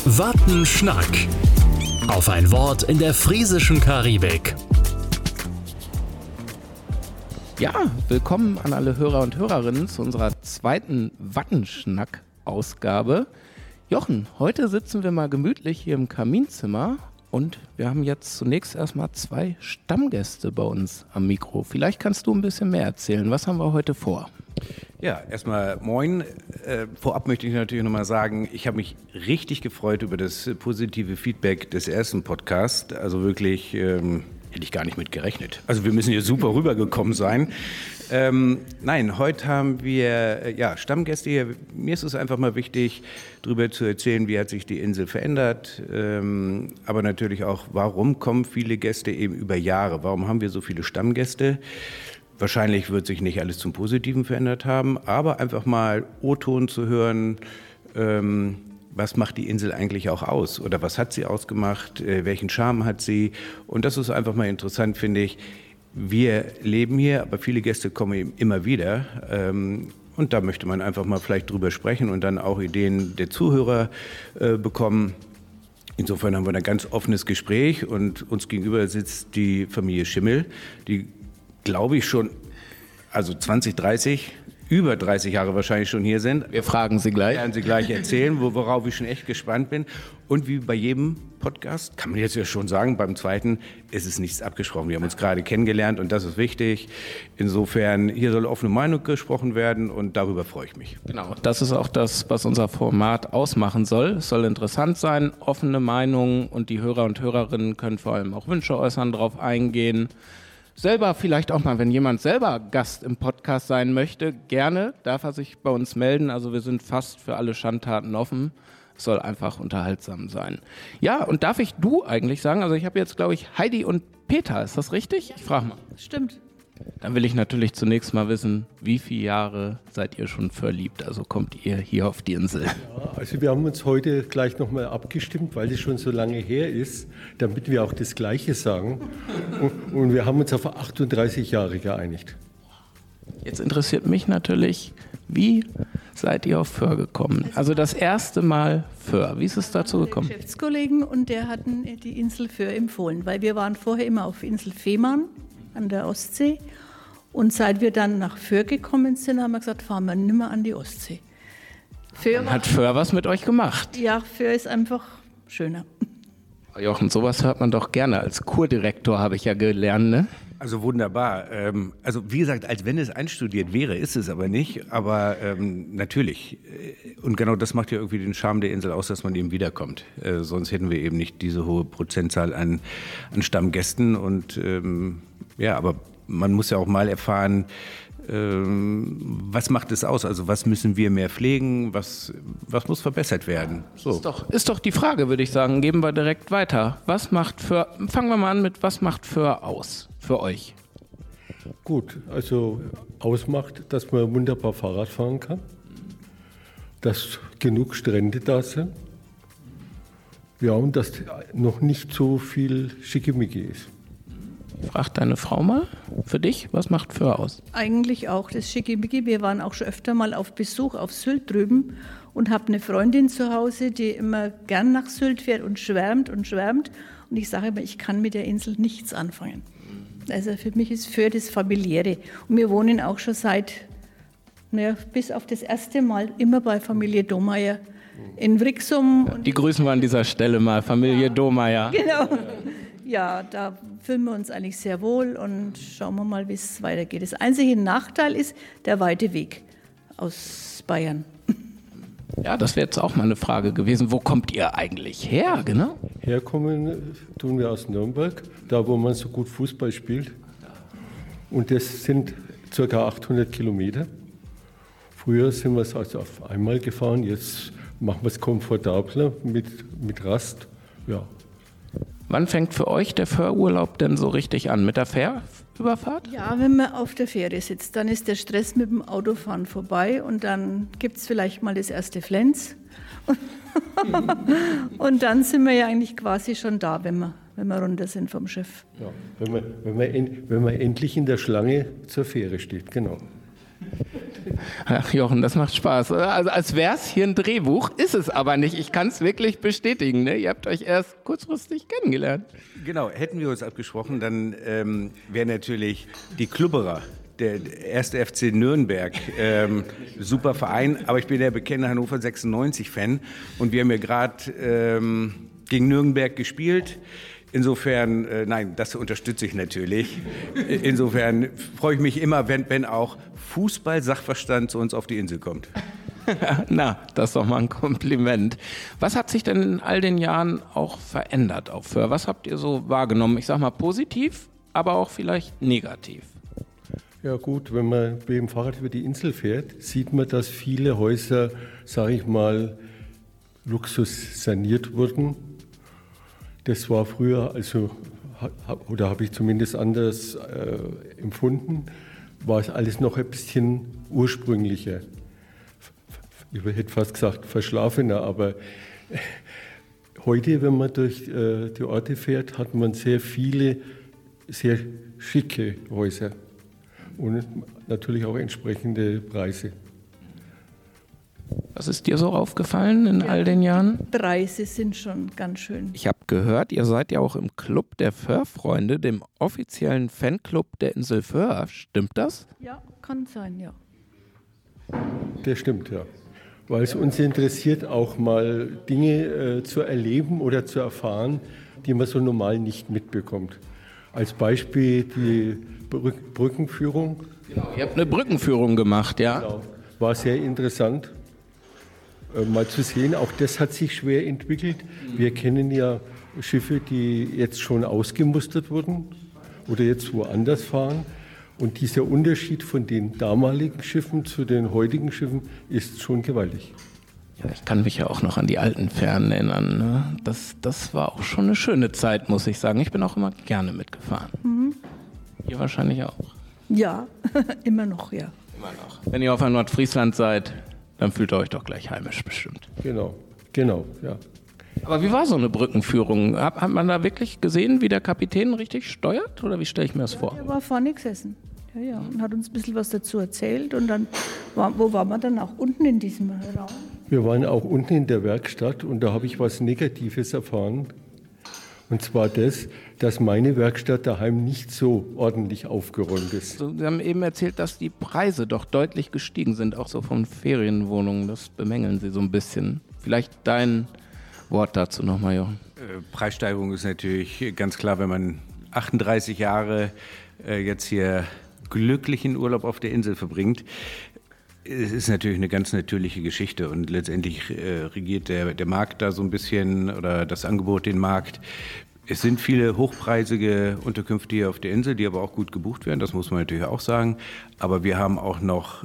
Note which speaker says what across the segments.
Speaker 1: Wattenschnack. Auf ein Wort in der friesischen Karibik.
Speaker 2: Ja, willkommen an alle Hörer und Hörerinnen zu unserer zweiten Wattenschnack-Ausgabe. Jochen, heute sitzen wir mal gemütlich hier im Kaminzimmer und wir haben jetzt zunächst erstmal 2 Stammgäste bei uns am Mikro. Vielleicht kannst du ein bisschen mehr erzählen. Was haben wir heute vor?
Speaker 3: Ja, erstmal moin. Vorab möchte ich natürlich nochmal sagen, ich habe mich richtig gefreut über das positive Feedback des ersten Podcasts. Also wirklich, hätte ich gar nicht mit gerechnet. Also wir müssen hier super rübergekommen sein. Nein, heute haben wir Stammgäste hier. Mir ist es einfach mal wichtig, darüber zu erzählen, wie hat sich die Insel verändert. Aber natürlich auch, warum kommen viele Gäste eben über Jahre? Warum haben wir so viele Stammgäste? Wahrscheinlich wird sich nicht alles zum Positiven verändert haben, aber einfach mal O-Ton zu hören, was macht die Insel eigentlich auch aus oder was hat sie ausgemacht, welchen Charme hat sie, und das ist einfach mal interessant, finde ich. Wir leben hier, aber viele Gäste kommen eben immer wieder, und da möchte man einfach mal vielleicht drüber sprechen und dann auch Ideen der Zuhörer bekommen. Insofern haben wir ein ganz offenes Gespräch und uns gegenüber sitzt die Familie Schimmel, die glaube ich schon, also 20, 30, über 30 Jahre wahrscheinlich schon hier sind.
Speaker 2: Wir fragen sie gleich.
Speaker 3: Werden sie gleich erzählen, worauf ich schon echt gespannt bin. Und wie bei jedem Podcast, kann man jetzt ja schon sagen, beim zweiten ist es nichts abgesprochen. Wir haben uns gerade kennengelernt und das ist wichtig. Insofern, hier soll offene Meinung gesprochen werden und darüber freue ich mich.
Speaker 2: Genau, das ist auch das, was unser Format ausmachen soll. Es soll interessant sein, offene Meinungen, und die Hörer und Hörerinnen können vor allem auch Wünsche äußern, darauf eingehen. Selber vielleicht auch mal, wenn jemand selber Gast im Podcast sein möchte, gerne darf er sich bei uns melden. Also wir sind fast für alle Schandtaten offen. Es soll einfach unterhaltsam sein. Ja, und darf ich du eigentlich sagen? Also ich habe jetzt, glaube ich, Heidi und Peter. Ist das richtig? Ich frage mal.
Speaker 4: Stimmt.
Speaker 2: Dann will ich natürlich zunächst mal wissen, wie viele Jahre seid ihr schon verliebt? Also kommt ihr hier auf die Insel?
Speaker 5: Ja, also wir haben uns heute gleich nochmal abgestimmt, weil es schon so lange her ist, damit wir auch das Gleiche sagen. Und wir haben uns auf 38 Jahre geeinigt.
Speaker 2: Jetzt interessiert mich natürlich, wie seid ihr auf Föhr gekommen? Also das erste Mal Föhr. Wie ist es dazu gekommen?
Speaker 4: Geschäftskollegen, und der hat die Insel Föhr empfohlen, weil wir waren vorher immer auf Insel Fehmarn an der Ostsee. Und seit wir dann nach Föhr gekommen sind, haben wir gesagt, fahren wir nicht mehr an die Ostsee.
Speaker 2: Hat Föhr was mit euch gemacht?
Speaker 4: Ja, Föhr ist einfach schöner.
Speaker 2: Jochen, sowas hört man doch gerne. Als Kurdirektor habe ich ja gelernt, ne?
Speaker 3: Also wunderbar. Also wie gesagt, als wenn es einstudiert wäre, ist es aber nicht. Aber natürlich. Und genau das macht ja irgendwie den Charme der Insel aus, dass man eben wiederkommt. Sonst hätten wir eben nicht diese hohe Prozentzahl an Stammgästen. Und aber man muss ja auch mal erfahren, was macht es aus? Also was müssen wir mehr pflegen? Was muss verbessert werden? So.
Speaker 2: Ist doch die Frage, würde ich sagen. Geben wir direkt weiter. Fangen wir mal an mit, was macht Föhr aus für euch?
Speaker 5: Gut, also ausmacht, dass man wunderbar Fahrrad fahren kann, dass genug Strände da sind, ja, und dass noch nicht so viel Schickimicki ist.
Speaker 2: Frag deine Frau mal für dich, was macht Föhr aus?
Speaker 4: Eigentlich auch das Schickimicki. Wir waren auch schon öfter mal auf Besuch auf Sylt drüben und habe eine Freundin zu Hause, die immer gern nach Sylt fährt und schwärmt und schwärmt. Und ich sage immer, ich kann mit der Insel nichts anfangen. Also für mich ist Föhr das Familiäre. Und wir wohnen auch schon bis auf das erste Mal immer bei Familie Domeyer in Wrixum.
Speaker 2: Die grüßen wir an dieser Stelle mal, Familie Domeyer.
Speaker 4: Genau. Ja, da fühlen wir uns eigentlich sehr wohl und schauen wir mal, wie es weitergeht. Das einzige Nachteil ist der weite Weg aus Bayern.
Speaker 2: Ja, das wäre jetzt auch mal eine Frage gewesen. Wo kommt ihr eigentlich her, genau?
Speaker 5: Herkommen tun wir aus Nürnberg, da wo man so gut Fußball spielt. Und das sind ca. 800 Kilometer. Früher sind wir es also auf einmal gefahren, jetzt machen wir es komfortabler mit Rast. Ja.
Speaker 2: Wann fängt für euch der Föhrurlaub denn so richtig an? Mit der Fährüberfahrt?
Speaker 4: Ja, wenn man auf der Fähre sitzt, dann ist der Stress mit dem Autofahren vorbei und dann gibt es vielleicht mal das erste Flens. Und dann sind wir ja eigentlich quasi schon da, wenn wir runter sind vom Schiff.
Speaker 5: Ja, wenn man endlich in der Schlange zur Fähre steht, genau.
Speaker 2: Ach Jochen, das macht Spaß. Also als wäre es hier ein Drehbuch, ist es aber nicht. Ich kann es wirklich bestätigen. Ne? Ihr habt euch erst kurzfristig kennengelernt.
Speaker 3: Genau, hätten wir uns abgesprochen, dann wäre natürlich die Klubberer, der 1. FC Nürnberg, super Verein, aber ich bin der bekennende Hannover 96-Fan und wir haben ja gerade gegen Nürnberg gespielt. Insofern, nein, das unterstütze ich natürlich. Insofern freue ich mich immer, wenn auch Fußball-Sachverstand zu uns auf die Insel kommt.
Speaker 2: Na, das ist doch mal ein Kompliment. Was hat sich denn in all den Jahren auch verändert auf Föhr? Was habt ihr so wahrgenommen? Ich sag mal positiv, aber auch vielleicht negativ.
Speaker 5: Ja gut, wenn man mit dem Fahrrad über die Insel fährt, sieht man, dass viele Häuser, sage ich mal, Luxus saniert wurden. Das war früher, also, oder habe ich zumindest anders empfunden, war es alles noch ein bisschen ursprünglicher. Ich hätte fast gesagt verschlafener, aber heute, wenn man durch die Orte fährt, hat man sehr viele, sehr schicke Häuser und natürlich auch entsprechende Preise.
Speaker 2: Was ist dir so aufgefallen in all den Jahren?
Speaker 4: Preise sind schon ganz schön.
Speaker 2: Ich habe gehört, ihr seid ja auch im Club der Föhr-Freunde, dem offiziellen Fanclub der Insel Föhr. Stimmt das?
Speaker 4: Ja, kann sein, ja.
Speaker 5: Das stimmt, ja. Weil es uns interessiert, auch mal Dinge zu erleben oder zu erfahren, die man so normal nicht mitbekommt. Als Beispiel die Brückenführung.
Speaker 2: Genau, ihr habt eine Brückenführung gemacht, ja?
Speaker 5: Genau. War sehr interessant, mal zu sehen. Auch das hat sich schwer entwickelt. Wir kennen ja Schiffe, die jetzt schon ausgemustert wurden oder jetzt woanders fahren. Und dieser Unterschied von den damaligen Schiffen zu den heutigen Schiffen ist schon gewaltig.
Speaker 2: Ja, ich kann mich ja auch noch an die alten Fähren erinnern. Ne? Das war auch schon eine schöne Zeit, muss ich sagen. Ich bin auch immer gerne mitgefahren. Mhm. Ihr wahrscheinlich auch.
Speaker 4: Ja, immer noch, ja.
Speaker 2: Immer noch. Wenn ihr auf ein Nordfriesland seid, dann fühlt ihr euch doch gleich heimisch bestimmt.
Speaker 5: Genau, ja.
Speaker 2: Aber wie war so eine Brückenführung? Hat man da wirklich gesehen, wie der Kapitän richtig steuert? Oder wie stelle ich mir das vor?
Speaker 4: Er war vorne gesessen. Ja, und hat uns ein bisschen was dazu erzählt. Und dann, wo waren wir dann auch unten in diesem Raum?
Speaker 5: Wir waren auch unten in der Werkstatt und da habe ich was Negatives erfahren. Und zwar das, dass meine Werkstatt daheim nicht so ordentlich aufgeräumt ist.
Speaker 2: Sie haben eben erzählt, dass die Preise doch deutlich gestiegen sind, auch so von Ferienwohnungen. Das bemängeln Sie so ein bisschen. Vielleicht dein Wort dazu nochmal, Jochen.
Speaker 3: Preissteigerung ist natürlich ganz klar, wenn man 38 Jahre jetzt hier glücklichen Urlaub auf der Insel verbringt. Es ist natürlich eine ganz natürliche Geschichte und letztendlich regiert der Markt da so ein bisschen oder das Angebot den Markt. Es sind viele hochpreisige Unterkünfte hier auf der Insel, die aber auch gut gebucht werden, das muss man natürlich auch sagen. Aber wir haben auch noch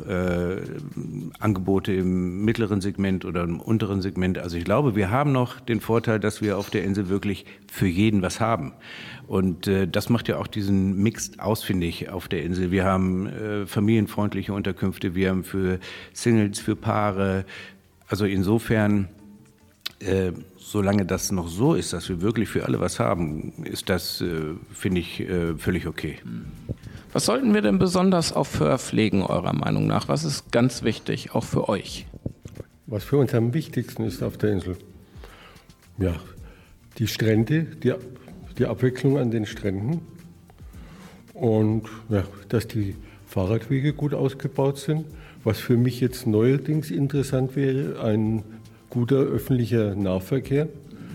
Speaker 3: Angebote im mittleren Segment oder im unteren Segment. Also ich glaube, wir haben noch den Vorteil, dass wir auf der Insel wirklich für jeden was haben. Und das macht ja auch diesen Mix aus, finde ich, auf der Insel. Wir haben familienfreundliche Unterkünfte, wir haben für Singles, für Paare. Also insofern... solange das noch so ist, dass wir wirklich für alle was haben, ist das, finde ich, völlig okay.
Speaker 2: Was sollten wir denn besonders auf Föhr pflegen, eurer Meinung nach? Was ist ganz wichtig, auch für euch?
Speaker 5: Was für uns am wichtigsten ist auf der Insel? Ja, die Strände, die Abwechslung an den Stränden und ja, dass die Fahrradwege gut ausgebaut sind. Was für mich jetzt neuerdings interessant wäre, ein guter öffentlicher Nahverkehr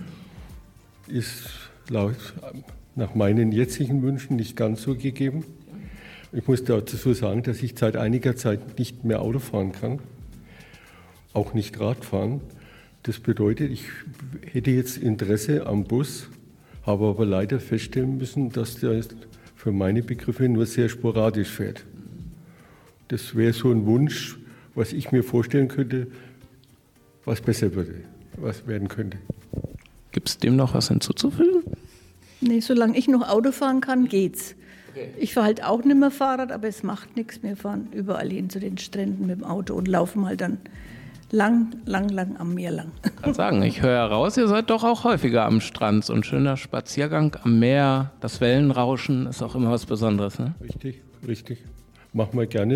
Speaker 5: ist nach meinen jetzigen Wünschen nicht ganz so gegeben. Ich muss dazu sagen, dass ich seit einiger Zeit nicht mehr Auto fahren kann, auch nicht Radfahren. Das bedeutet, ich hätte jetzt Interesse am Bus, habe aber leider feststellen müssen, dass der für meine Begriffe nur sehr sporadisch fährt. Das wäre so ein Wunsch, was ich mir vorstellen könnte, was besser würde, was werden könnte.
Speaker 2: Gibt es dem noch was hinzuzufügen?
Speaker 4: Nee, solange ich noch Auto fahren kann, geht's. Okay. Ich fahre halt auch nicht mehr Fahrrad, aber es macht nichts. Wir fahren überall hin zu den Stränden mit dem Auto und laufen halt dann lang am Meer lang.
Speaker 2: Ich kann sagen, ich höre heraus, ihr seid doch auch häufiger am Strand. So ein schöner Spaziergang am Meer, das Wellenrauschen ist auch immer was Besonderes, ne?
Speaker 5: Richtig. Machen wir gerne.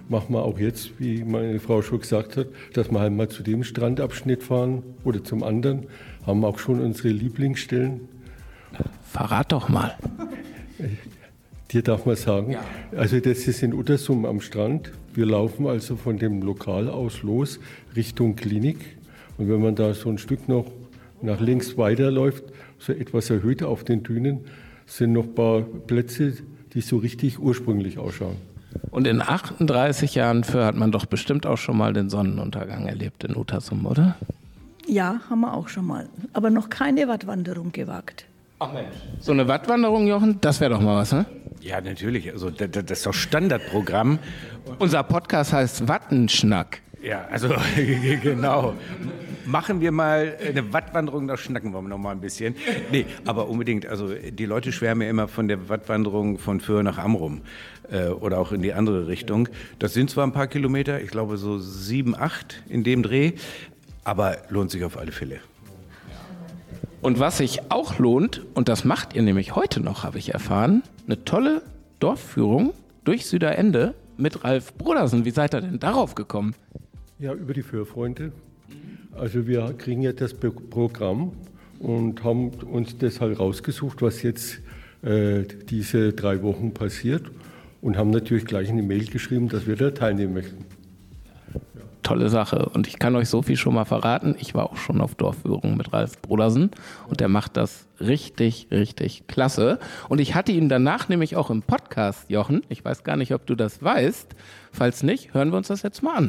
Speaker 5: machen wir auch jetzt, wie meine Frau schon gesagt hat, dass wir halt mal zu dem Strandabschnitt fahren oder zum anderen. Haben auch schon unsere Lieblingsstellen.
Speaker 2: Verrat doch mal.
Speaker 5: Dir darf man sagen. Ja. Also das ist in Uttersum am Strand. Wir laufen also von dem Lokal aus los Richtung Klinik. Und wenn man da so ein Stück noch nach links weiterläuft, so etwas erhöht auf den Dünen, sind noch ein paar Plätze, die so richtig ursprünglich ausschauen.
Speaker 2: Und in 38 Jahren Föhr hat man doch bestimmt auch schon mal den Sonnenuntergang erlebt in Uttersum, oder?
Speaker 4: Ja, haben wir auch schon mal. Aber noch keine Wattwanderung gewagt.
Speaker 2: Ach Mensch. So eine Wattwanderung, Jochen, das wäre doch mal was, ne?
Speaker 3: Ja, natürlich. Also das ist doch Standardprogramm.
Speaker 2: Unser Podcast heißt Wattenschnack.
Speaker 3: Ja, also genau. Machen wir mal eine Wattwanderung, da schnacken wir noch mal ein bisschen. Nee, aber unbedingt. Also die Leute schwärmen ja immer von der Wattwanderung von Föhr nach Amrum oder auch in die andere Richtung. Das sind zwar ein paar Kilometer, ich glaube so 7, 8 in dem Dreh, aber lohnt sich auf alle Fälle.
Speaker 2: Und was sich auch lohnt, und das macht ihr nämlich heute noch, habe ich erfahren, eine tolle Dorfführung durch Süderende mit Ralf Brodersen. Wie seid ihr denn darauf gekommen?
Speaker 5: Ja, über die Föhrfreunde. Also wir kriegen ja das Programm und haben uns das halt rausgesucht, was jetzt diese 3 Wochen passiert und haben natürlich gleich eine Mail geschrieben, dass wir da teilnehmen möchten.
Speaker 2: Tolle Sache. Und ich kann euch so viel schon mal verraten. Ich war auch schon auf Dorfführung mit Ralf Brodersen und der macht das richtig, richtig klasse. Und ich hatte ihn danach nämlich auch im Podcast, Jochen. Ich weiß gar nicht, ob du das weißt. Falls nicht, hören wir uns das jetzt mal an.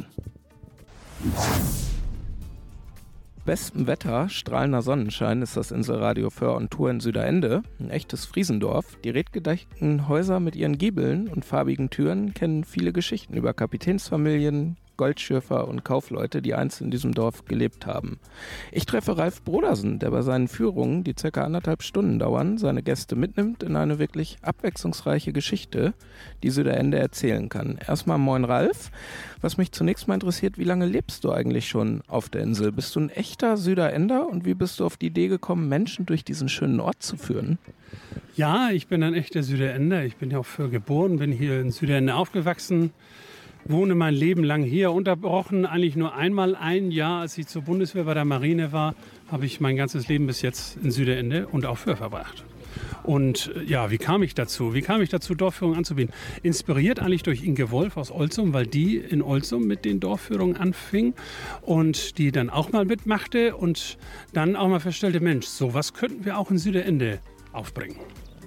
Speaker 2: Bestem Wetter, strahlender Sonnenschein ist das Inselradio Föhr on Tour in Süderende, ein echtes Friesendorf. Die redgedeckten Häuser mit ihren Giebeln und farbigen Türen kennen viele Geschichten über Kapitänsfamilien, Goldschürfer und Kaufleute, die einst in diesem Dorf gelebt haben. Ich treffe Ralf Brodersen, der bei seinen Führungen, die ca. 1,5 Stunden dauern, seine Gäste mitnimmt in eine wirklich abwechslungsreiche Geschichte, die Süderende erzählen kann. Erstmal moin Ralf. Was mich zunächst mal interessiert, wie lange lebst du eigentlich schon auf der Insel? Bist du ein echter Süderender und wie bist du auf die Idee gekommen, Menschen durch diesen schönen Ort zu führen?
Speaker 6: Ja, ich bin ein echter Süderender. Ich bin ja auch Föhr geboren, bin hier in Süderende aufgewachsen. Wohne mein Leben lang hier, unterbrochen eigentlich nur einmal ein Jahr, als ich zur Bundeswehr bei der Marine war, habe ich mein ganzes Leben bis jetzt in Süderende und auch Föhr verbracht. Und ja, wie kam ich dazu? Dorfführungen anzubieten? Inspiriert eigentlich durch Inge Wolf aus Olzum, weil die in Olzum mit den Dorfführungen anfing und die dann auch mal mitmachte und dann auch mal feststellte, Mensch, sowas könnten wir auch in Süderende aufbringen.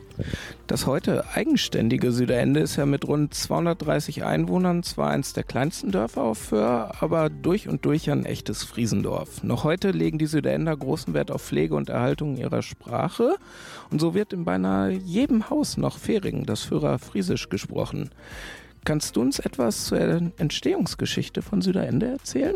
Speaker 2: Das heute eigenständige Süderende ist ja mit rund 230 Einwohnern zwar eines der kleinsten Dörfer auf Föhr, aber durch und durch ein echtes Friesendorf. Noch heute legen die Süderender großen Wert auf Pflege und Erhaltung ihrer Sprache und so wird in beinahe jedem Haus noch Fähringen, das Föhrer Friesisch, gesprochen. Kannst du uns etwas zur Entstehungsgeschichte von Süderende erzählen?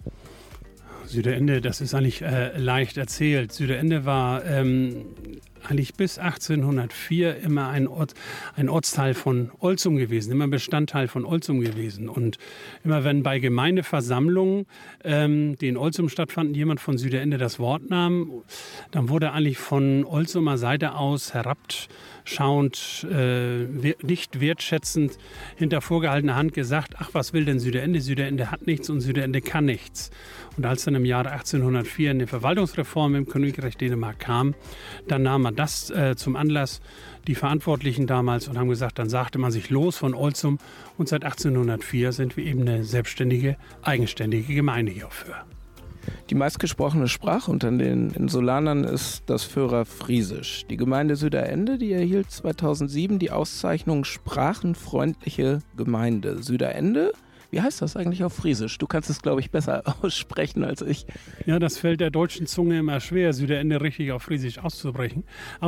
Speaker 6: Süderende, das ist eigentlich leicht erzählt. Süderende war eigentlich bis 1804 immer ein Ortsteil von Olzum gewesen, immer Bestandteil von Olzum gewesen. Und immer wenn bei Gemeindeversammlungen, die in Olzum stattfanden, jemand von Süderende das Wort nahm, dann wurde eigentlich von Olzumer Seite aus herabschauend, nicht wertschätzend hinter vorgehaltener Hand gesagt, ach, was will denn Süderende? Süderende hat nichts und Süderende kann nichts. Und als dann im Jahre 1804 eine Verwaltungsreform im Königreich Dänemark kam, dann nahm man das zum Anlass, die Verantwortlichen damals, und haben gesagt, dann sagte man sich los von Olzum und seit 1804 sind wir eben eine selbstständige, eigenständige Gemeinde hier auf Föhr.
Speaker 2: Die meistgesprochene Sprache unter den Insulanern ist das Föhrer Friesisch. Die Gemeinde Süderende, die erhielt 2007 die Auszeichnung Sprachenfreundliche Gemeinde. Süderende, wie heißt das eigentlich auf Friesisch? Du kannst es, glaube ich, besser aussprechen als ich.
Speaker 6: Ja, das fällt der deutschen Zunge immer schwer, Süderende richtig auf Friesisch auszusprechen.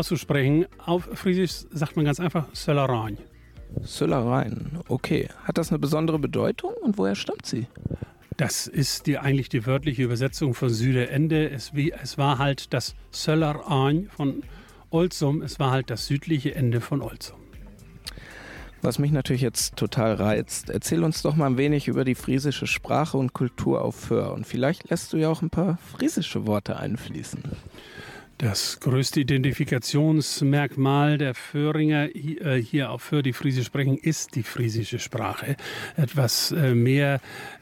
Speaker 6: Auf Friesisch sagt man ganz einfach Söllerein.
Speaker 2: Söllerein, okay. Hat das eine besondere Bedeutung und woher stammt sie?
Speaker 6: Das ist eigentlich die wörtliche Übersetzung von Süderende. Es war halt das Söllerein von Olzum, es war halt das südliche Ende von Olzum.
Speaker 2: Was mich natürlich jetzt total reizt, erzähl uns doch mal ein wenig über die friesische Sprache und Kultur auf Föhr. Und vielleicht lässt du ja auch ein paar friesische Worte einfließen.
Speaker 6: Das größte Identifikationsmerkmal der Föhringer hier auch für die Friese sprechen, ist die friesische Sprache. Etwas mehr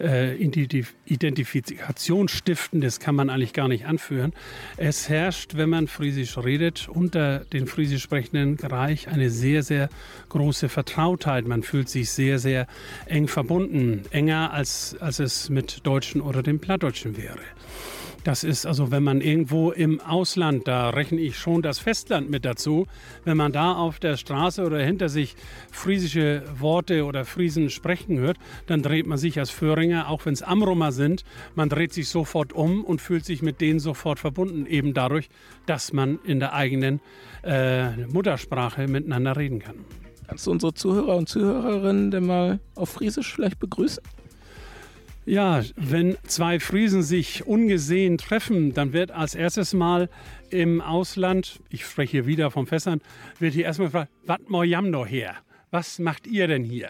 Speaker 6: Identifikationsstiftendes kann man eigentlich gar nicht anführen. Es herrscht, wenn man Friesisch redet, unter den Friesisch sprechenden Reich eine sehr, sehr große Vertrautheit. Man fühlt sich sehr, sehr eng verbunden, enger als es mit Deutschen oder dem Plattdeutschen wäre. Das ist also, wenn man irgendwo im Ausland, da rechne ich schon das Festland mit dazu, wenn man da auf der Straße oder hinter sich friesische Worte oder Friesen sprechen hört, dann dreht man sich als Föhringer, auch wenn es Amrumer sind, man dreht sich sofort um und fühlt sich mit denen sofort verbunden, eben dadurch, dass man in der eigenen Muttersprache miteinander reden kann.
Speaker 2: Kannst du unsere Zuhörer und Zuhörerinnen denn mal auf Friesisch vielleicht begrüßen?
Speaker 6: Ja, wenn zwei Friesen sich ungesehen treffen, dann wird als erstes Mal im Ausland, ich spreche hier wieder vom Festland, wird hier erstmal gefragt, was mo jam no her? Was macht ihr denn hier?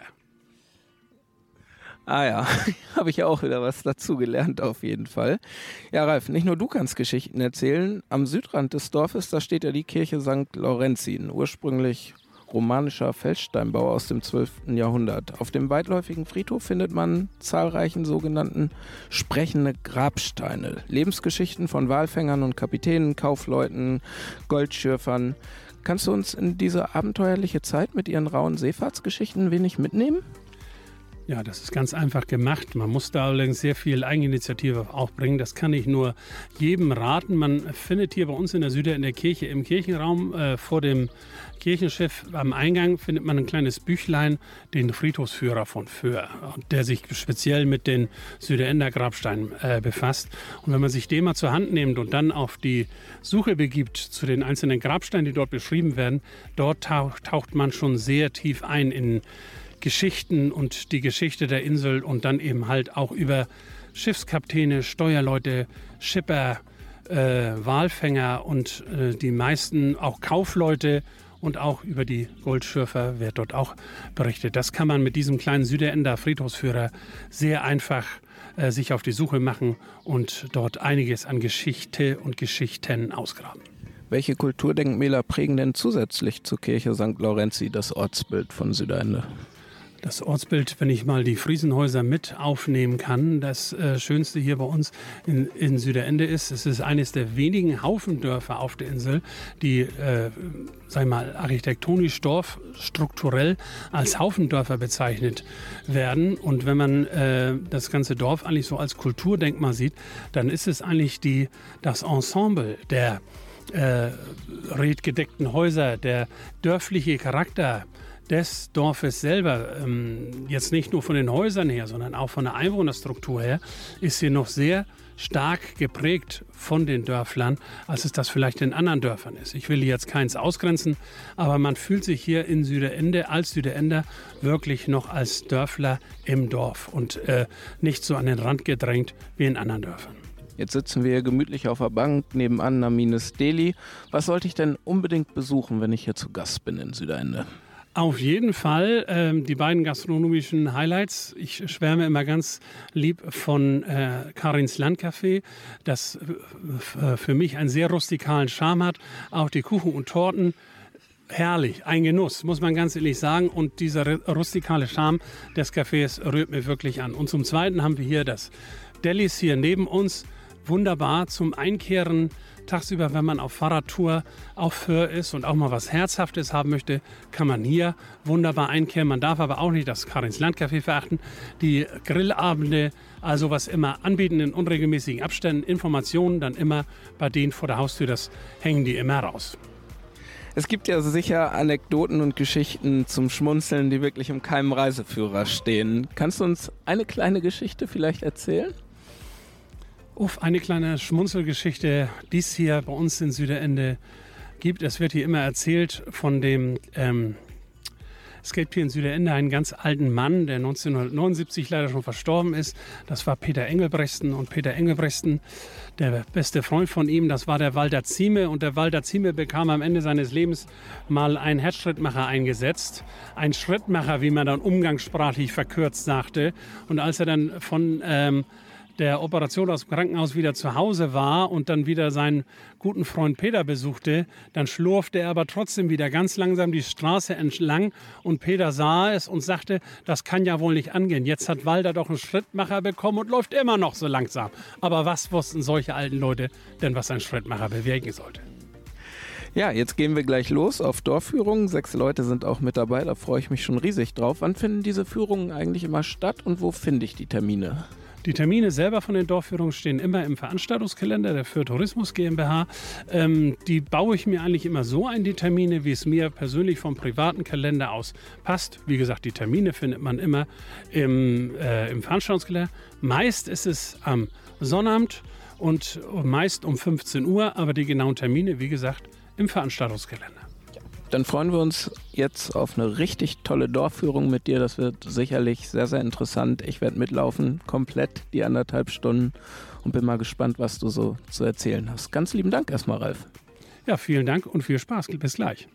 Speaker 2: Ah ja, habe ich ja auch wieder was dazu gelernt auf jeden Fall. Ja, Ralf, nicht nur du kannst Geschichten erzählen. Am Südrand des Dorfes, da steht ja die Kirche St. Laurenzi, ein ursprünglich romanischer Feldsteinbau aus dem 12. Jahrhundert. Auf dem weitläufigen Friedhof findet man zahlreichen sogenannten sprechende Grabsteine. Lebensgeschichten von Walfängern und Kapitänen, Kaufleuten, Goldschürfern. Kannst du uns in diese abenteuerliche Zeit mit ihren rauen Seefahrtsgeschichten ein wenig mitnehmen?
Speaker 6: Ja, das ist ganz einfach gemacht. Man muss da allerdings sehr viel Eigeninitiative aufbringen. Das kann ich nur jedem raten. Man findet hier bei uns in der Süderender Kirche im Kirchenraum vor dem Kirchenschiff am Eingang findet man ein kleines Büchlein, den Friedhofsführer von Föhr, der sich speziell mit den Süderender Grabsteinen befasst. Und wenn man sich den mal zur Hand nimmt und dann auf die Suche begibt zu den einzelnen Grabsteinen, die dort beschrieben werden, dort taucht man schon sehr tief ein in Geschichten und die Geschichte der Insel und dann eben halt auch über Schiffskapitäne, Steuerleute, Schipper, Walfänger und die meisten auch Kaufleute und auch über die Goldschürfer wird dort auch berichtet. Das kann man mit diesem kleinen Süderender Friedhofsführer sehr einfach sich auf die Suche machen und dort einiges an Geschichte und Geschichten ausgraben.
Speaker 2: Welche Kulturdenkmäler prägen denn zusätzlich zur Kirche St. Laurenzi das Ortsbild von Süderende?
Speaker 6: Das Ortsbild, wenn ich mal die Friesenhäuser mit aufnehmen kann, das Schönste hier bei uns in Süderende ist, es ist eines der wenigen Haufendörfer auf der Insel, die, sag ich mal, architektonisch, strukturell als Haufendörfer bezeichnet werden. Und wenn man das ganze Dorf eigentlich so als Kulturdenkmal sieht, dann ist es eigentlich das Ensemble der redgedeckten Häuser, der dörfliche Charakter des Dorfes selber, jetzt nicht nur von den Häusern her, sondern auch von der Einwohnerstruktur her, ist hier noch sehr stark geprägt von den Dörflern, als es das vielleicht in anderen Dörfern ist. Ich will jetzt keins ausgrenzen, aber man fühlt sich hier in Süderende als Süderender wirklich noch als Dörfler im Dorf und nicht so an den Rand gedrängt wie in anderen Dörfern.
Speaker 2: Jetzt sitzen wir hier gemütlich auf der Bank nebenan Namines Deli. Was sollte ich denn unbedingt besuchen, wenn ich hier zu Gast bin in Süderende?
Speaker 6: Auf jeden Fall die beiden gastronomischen Highlights. Ich schwärme immer ganz lieb von Karins Landcafé, das für mich einen sehr rustikalen Charme hat. Auch die Kuchen und Torten, herrlich, ein Genuss, muss man ganz ehrlich sagen. Und dieser rustikale Charme des Cafés rührt mir wirklich an. Und zum Zweiten haben wir hier das Delis hier neben uns. Wunderbar zum Einkehren tagsüber, wenn man auf Fahrradtour auf Föhr ist und auch mal was Herzhaftes haben möchte, kann man hier wunderbar einkehren. Man darf aber auch nicht das Karins Landcafé verachten. Die Grillabende, also was immer anbieten in unregelmäßigen Abständen, Informationen dann immer bei denen vor der Haustür, das hängen die immer raus.
Speaker 2: Es gibt ja sicher Anekdoten und Geschichten zum Schmunzeln, die wirklich im keinem Reiseführer stehen. Kannst du uns eine kleine Geschichte vielleicht erzählen?
Speaker 6: Eine kleine Schmunzelgeschichte, die es hier bei uns in Süderende gibt. Es wird hier immer erzählt von dem, es gibt hier in Süderende einen ganz alten Mann, der 1979 leider schon verstorben ist. Das war Peter Engelbrechten. Und Peter Engelbrechten, der beste Freund von ihm, das war der Walter Zieme. Und der Walter Zieme bekam am Ende seines Lebens mal einen Herzschrittmacher eingesetzt. Ein Schrittmacher, wie man dann umgangssprachlich verkürzt sagte. Und als er dann von der Operation aus dem Krankenhaus wieder zu Hause war und dann wieder seinen guten Freund Peter besuchte, dann schlurfte er aber trotzdem wieder ganz langsam die Straße entlang und Peter sah es und sagte, das kann ja wohl nicht angehen. Jetzt hat Walter doch einen Schrittmacher bekommen und läuft immer noch so langsam. Aber was wussten solche alten Leute denn, was ein Schrittmacher bewirken sollte?
Speaker 2: Ja, jetzt gehen wir gleich los auf Dorfführungen. 6 Leute sind auch mit dabei, da freue ich mich schon riesig drauf. Wann finden diese Führungen eigentlich immer statt und wo finde ich die Termine?
Speaker 6: Die Termine selber von den Dorfführungen stehen immer im Veranstaltungskalender der Fürth Tourismus GmbH. Die baue ich mir eigentlich immer so ein, die Termine, wie es mir persönlich vom privaten Kalender aus passt. Wie gesagt, die Termine findet man immer im Veranstaltungskalender. Meist ist es am Sonnabend und meist um 15 Uhr, aber die genauen Termine, wie gesagt, im Veranstaltungskalender.
Speaker 2: Dann freuen wir uns jetzt auf eine richtig tolle Dorfführung mit dir. Das wird sicherlich sehr, sehr interessant. Ich werde mitlaufen, komplett die 1,5 Stunden und bin mal gespannt, was du so zu erzählen hast. Ganz lieben Dank erstmal, Ralf.
Speaker 6: Ja, vielen Dank und viel Spaß. Bis gleich.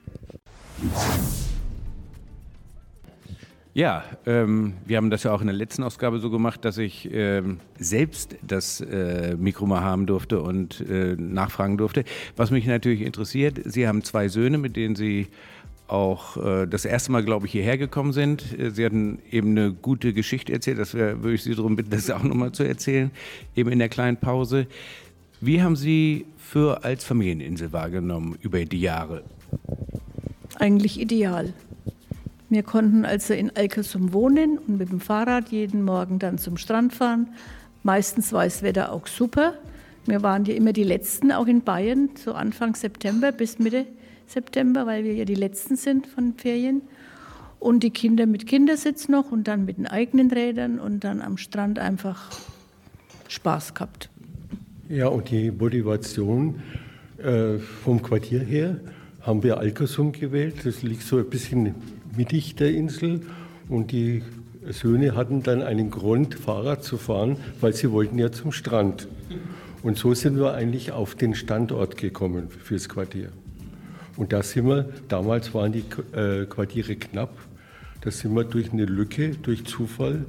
Speaker 3: Ja, wir haben das ja auch in der letzten Ausgabe so gemacht, dass ich selbst das Mikro mal haben durfte und nachfragen durfte. Was mich natürlich interessiert, Sie haben 2 Söhne, mit denen Sie auch das erste Mal, glaube ich, hierher gekommen sind. Sie hatten eben eine gute Geschichte erzählt, würde ich Sie darum bitten, das auch nochmal zu erzählen, eben in der kleinen Pause. Wie haben Sie Föhr als Familieninsel wahrgenommen über die Jahre?
Speaker 4: Eigentlich ideal. Wir konnten also in Alkersum wohnen und mit dem Fahrrad jeden Morgen dann zum Strand fahren. Meistens war das Wetter auch super. Wir waren ja immer die Letzten, auch in Bayern, so Anfang September bis Mitte September, weil wir ja die Letzten sind von Ferien. Und die Kinder mit Kindersitz noch und dann mit den eigenen Rädern und dann am Strand einfach Spaß gehabt.
Speaker 5: Ja, und die Motivation vom Quartier her haben wir Alkersum gewählt. Das liegt so ein bisschen mittig der Insel und die Söhne hatten dann einen Grund, Fahrrad zu fahren, weil sie wollten ja zum Strand. Und so sind wir eigentlich auf den Standort gekommen fürs Quartier. Und da sind wir, damals waren die Quartiere knapp, da sind wir durch eine Lücke, durch Zufall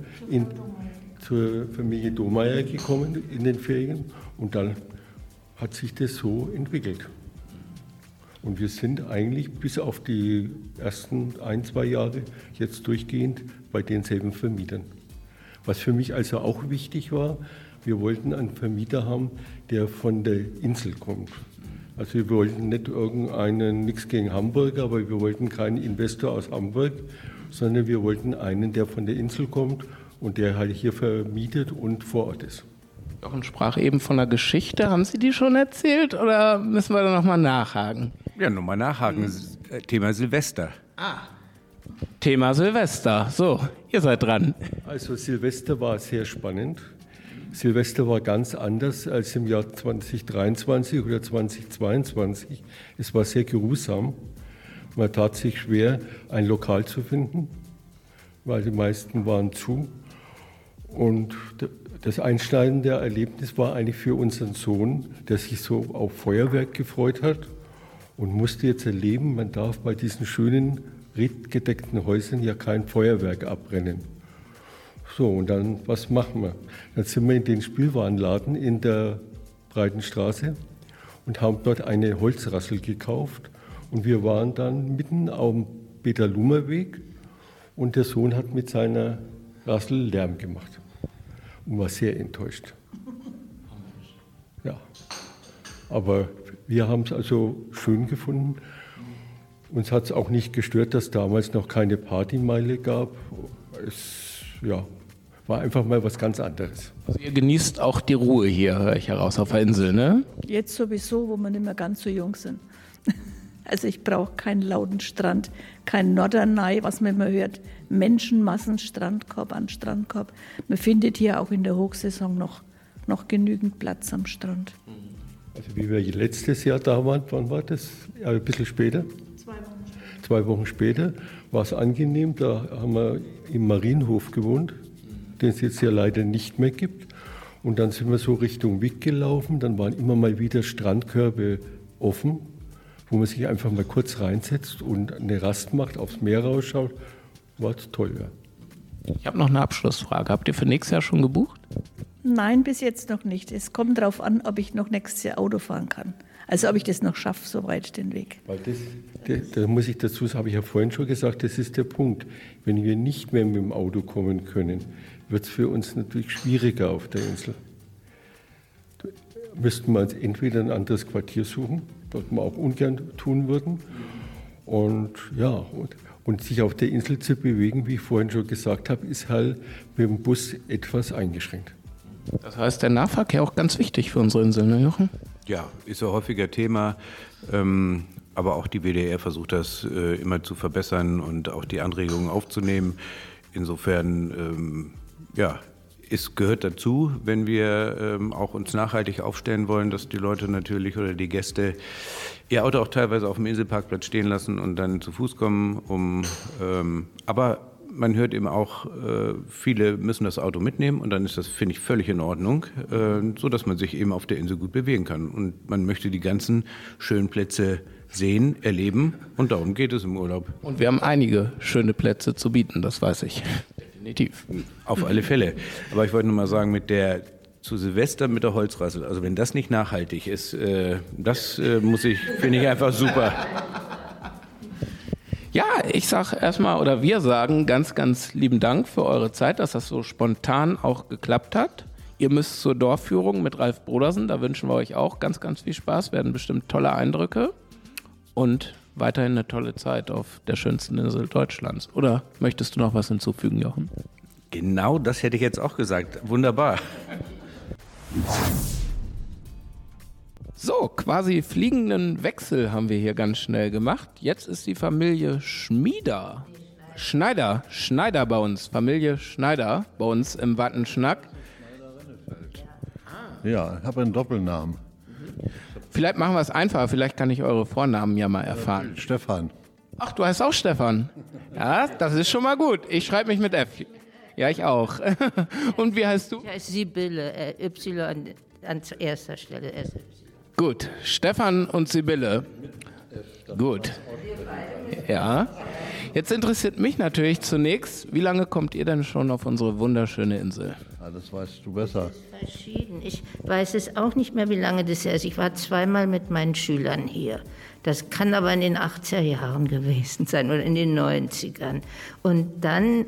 Speaker 5: zur Familie Domeyer gekommen in den Ferien und dann hat sich das so entwickelt. Und wir sind eigentlich bis auf die ersten 1-2 Jahre jetzt durchgehend bei denselben Vermietern. Was für mich also auch wichtig war, wir wollten einen Vermieter haben, der von der Insel kommt. Also wir wollten nicht irgendeinen, nichts gegen Hamburg, aber wir wollten keinen Investor aus Hamburg, sondern wir wollten einen, der von der Insel kommt und der halt hier vermietet und vor Ort ist.
Speaker 2: Jochen sprach eben von der Geschichte. Haben Sie die schon erzählt oder müssen wir da nochmal nachhaken?
Speaker 3: Ja, nochmal nachhaken. Thema Silvester.
Speaker 2: Thema Silvester. So, ihr seid dran.
Speaker 5: Also Silvester war sehr spannend. Silvester war ganz anders als im Jahr 2023 oder 2022. Es war sehr geruhsam. Man tat sich schwer, ein Lokal zu finden, weil die meisten waren zu. Und das einschneidende Erlebnis war eigentlich für unseren Sohn, der sich so auf Feuerwerk gefreut hat und musste jetzt erleben, man darf bei diesen schönen, redgedeckten Häusern ja kein Feuerwerk abbrennen. So, und dann, was machen wir? Dann sind wir in den Spielwarenladen in der Breitenstraße und haben dort eine Holzrassel gekauft. Und wir waren dann mitten auf dem Peter-Lummer-Weg und der Sohn hat mit seiner Rassel Lärm gemacht und war sehr enttäuscht. Ja, aber wir haben es also schön gefunden. Uns hat es auch nicht gestört, dass damals noch keine Partymeile gab. Es war einfach mal was ganz anderes.
Speaker 2: Also ihr genießt auch die Ruhe hier, höre ich heraus, auf der Insel, ne?
Speaker 4: Jetzt sowieso, wo wir nicht mehr ganz so jung sind. Also ich brauche keinen lauten Strand, kein Norderney, was man immer hört. Menschenmassen, Strandkorb an Strandkorb. Man findet hier auch in der Hochsaison noch genügend Platz am Strand.
Speaker 5: Also wie wir letztes Jahr da waren, wann war das? Ja, ein bisschen später. 2 Wochen später war es angenehm. Da haben wir im Marienhof gewohnt, den es jetzt ja leider nicht mehr gibt. Und dann sind wir so Richtung Wick gelaufen. Dann waren immer mal wieder Strandkörbe offen, wo man sich einfach mal kurz reinsetzt und eine Rast macht, aufs Meer rausschaut. War toll, ja.
Speaker 2: Ich habe noch eine Abschlussfrage. Habt ihr für nächstes Jahr schon gebucht?
Speaker 4: Nein, bis jetzt noch nicht. Es kommt darauf an, ob ich noch nächstes Jahr Auto fahren kann. Also ob ich das noch schaffe, soweit den Weg.
Speaker 5: Weil da muss ich dazu sagen, habe ich ja vorhin schon gesagt, das ist der Punkt. Wenn wir nicht mehr mit dem Auto kommen können, wird es für uns natürlich schwieriger auf der Insel. Da müssten wir uns entweder ein anderes Quartier suchen, was wir auch ungern tun würden. Und ja, und sich auf der Insel zu bewegen, wie ich vorhin schon gesagt habe, ist halt mit dem Bus etwas eingeschränkt.
Speaker 2: Das heißt, der Nahverkehr auch ganz wichtig für unsere Insel, ne Jochen?
Speaker 3: Ja, ist ein häufiger Thema, aber auch die WDR versucht das immer zu verbessern und auch die Anregungen aufzunehmen. Insofern, es gehört dazu, wenn wir auch uns nachhaltig aufstellen wollen, dass die Leute natürlich oder die Gäste ihr Auto auch teilweise auf dem Inselparkplatz stehen lassen und dann zu Fuß kommen. Aber man hört eben auch, viele müssen das Auto mitnehmen und dann ist das, finde ich, völlig in Ordnung, so dass man sich eben auf der Insel gut bewegen kann. Und man möchte die ganzen schönen Plätze sehen, erleben und darum geht es im Urlaub.
Speaker 2: Und wir haben einige schöne Plätze zu bieten, das weiß ich. Definitiv.
Speaker 3: Auf alle Fälle. Aber ich wollte nur mal sagen, zu Silvester mit der Holzrassel, also wenn das nicht nachhaltig ist, finde ich einfach super.
Speaker 2: Ja, ich sag erstmal, oder wir sagen ganz, ganz lieben Dank für eure Zeit, dass das so spontan auch geklappt hat. Ihr müsst zur Dorfführung mit Ralf Brodersen, da wünschen wir euch auch ganz, ganz viel Spaß, werden bestimmt tolle Eindrücke und weiterhin eine tolle Zeit auf der schönsten Insel Deutschlands. Oder möchtest du noch was hinzufügen, Jochen?
Speaker 3: Genau das hätte ich jetzt auch gesagt. Wunderbar.
Speaker 2: So, quasi fliegenden Wechsel haben wir hier ganz schnell gemacht. Jetzt ist die Familie Schneider bei uns. Familie Schneider bei uns im Wattenschnack.
Speaker 7: Ja, ich habe einen Doppelnamen.
Speaker 2: Vielleicht machen wir es einfacher, vielleicht kann ich eure Vornamen ja mal erfahren.
Speaker 7: Stefan.
Speaker 2: Ach, du heißt auch Stefan. Ja, das ist schon mal gut. Ich schreibe mich mit F. Ja, ich auch. Und wie heißt du?
Speaker 8: Ich heiße Sibylle, Y an erster Stelle.
Speaker 2: Gut, Stefan und Sibylle. Gut. Ja. Jetzt interessiert mich natürlich zunächst, wie lange kommt ihr denn schon auf unsere wunderschöne Insel?
Speaker 7: Ja, das weißt du besser.
Speaker 8: Verschieden. Ich weiß es auch nicht mehr, wie lange das her ist. Ich war zweimal mit meinen Schülern hier. Das kann aber in den 80er Jahren gewesen sein oder in den 90ern. Und dann,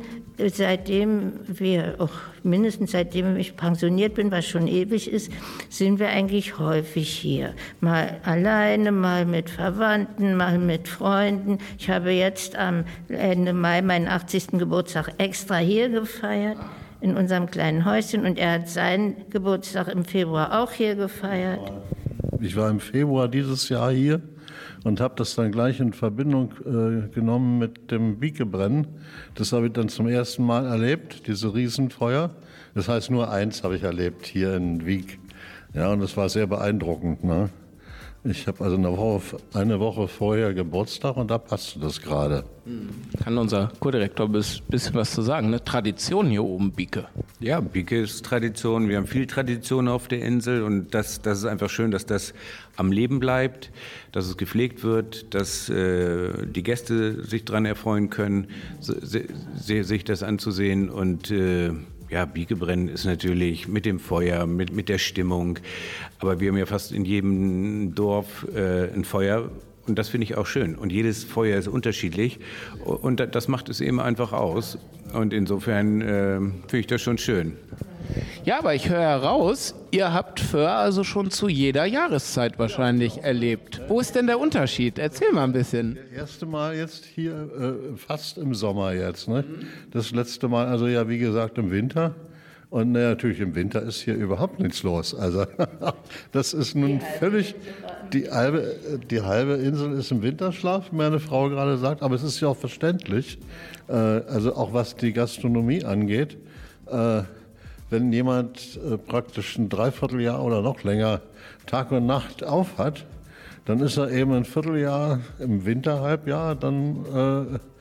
Speaker 8: mindestens seitdem ich pensioniert bin, was schon ewig ist, sind wir eigentlich häufig hier. Mal alleine, mal mit Verwandten, mal mit Freunden. Ich habe jetzt am Ende Mai meinen 80. Geburtstag extra hier gefeiert, in unserem kleinen Häuschen. Und er hat seinen Geburtstag im Februar auch hier gefeiert.
Speaker 7: Ich war im Februar dieses Jahr hier und habe das dann gleich in Verbindung genommen mit dem Biegebrennen. Das habe ich dann zum ersten Mal erlebt, diese Riesenfeuer. Das heißt, nur eins habe ich erlebt hier in Wiek. Ja, und das war sehr beeindruckend. Ne? Ich habe also eine Woche vorher Geburtstag und da passte das gerade.
Speaker 2: Kann unser Kurdirektor ein bisschen was zu sagen, ne? Tradition hier oben, Bieke.
Speaker 3: Ja, Bieke ist Tradition. Wir haben viel Tradition auf der Insel und das ist einfach schön, dass das am Leben bleibt, dass es gepflegt wird, dass die Gäste sich daran erfreuen können, sich das anzusehen und Biegebrennen ist natürlich mit dem Feuer, mit der Stimmung. Aber wir haben ja fast in jedem Dorf ein Feuer. Und das finde ich auch schön. Und jedes Feuer ist unterschiedlich. Und das macht es eben einfach aus. Und insofern finde ich das schon schön.
Speaker 2: Ja, aber ich höre heraus, ihr habt Föhr also schon zu jeder Jahreszeit wahrscheinlich erlebt. Wo ist denn der Unterschied? Erzähl mal ein bisschen.
Speaker 7: Das erste Mal jetzt hier fast im Sommer jetzt. Ne? Das letzte Mal, also ja, wie gesagt, im Winter. Und natürlich im Winter ist hier überhaupt nichts los. Also das ist nun völlig, die halbe Insel ist im Winterschlaf, wie meine Frau gerade sagt. Aber es ist ja auch verständlich, also auch was die Gastronomie angeht. Wenn jemand praktisch ein Dreivierteljahr oder noch länger Tag und Nacht auf hat, dann ist er eben ein Vierteljahr im Winterhalbjahr dann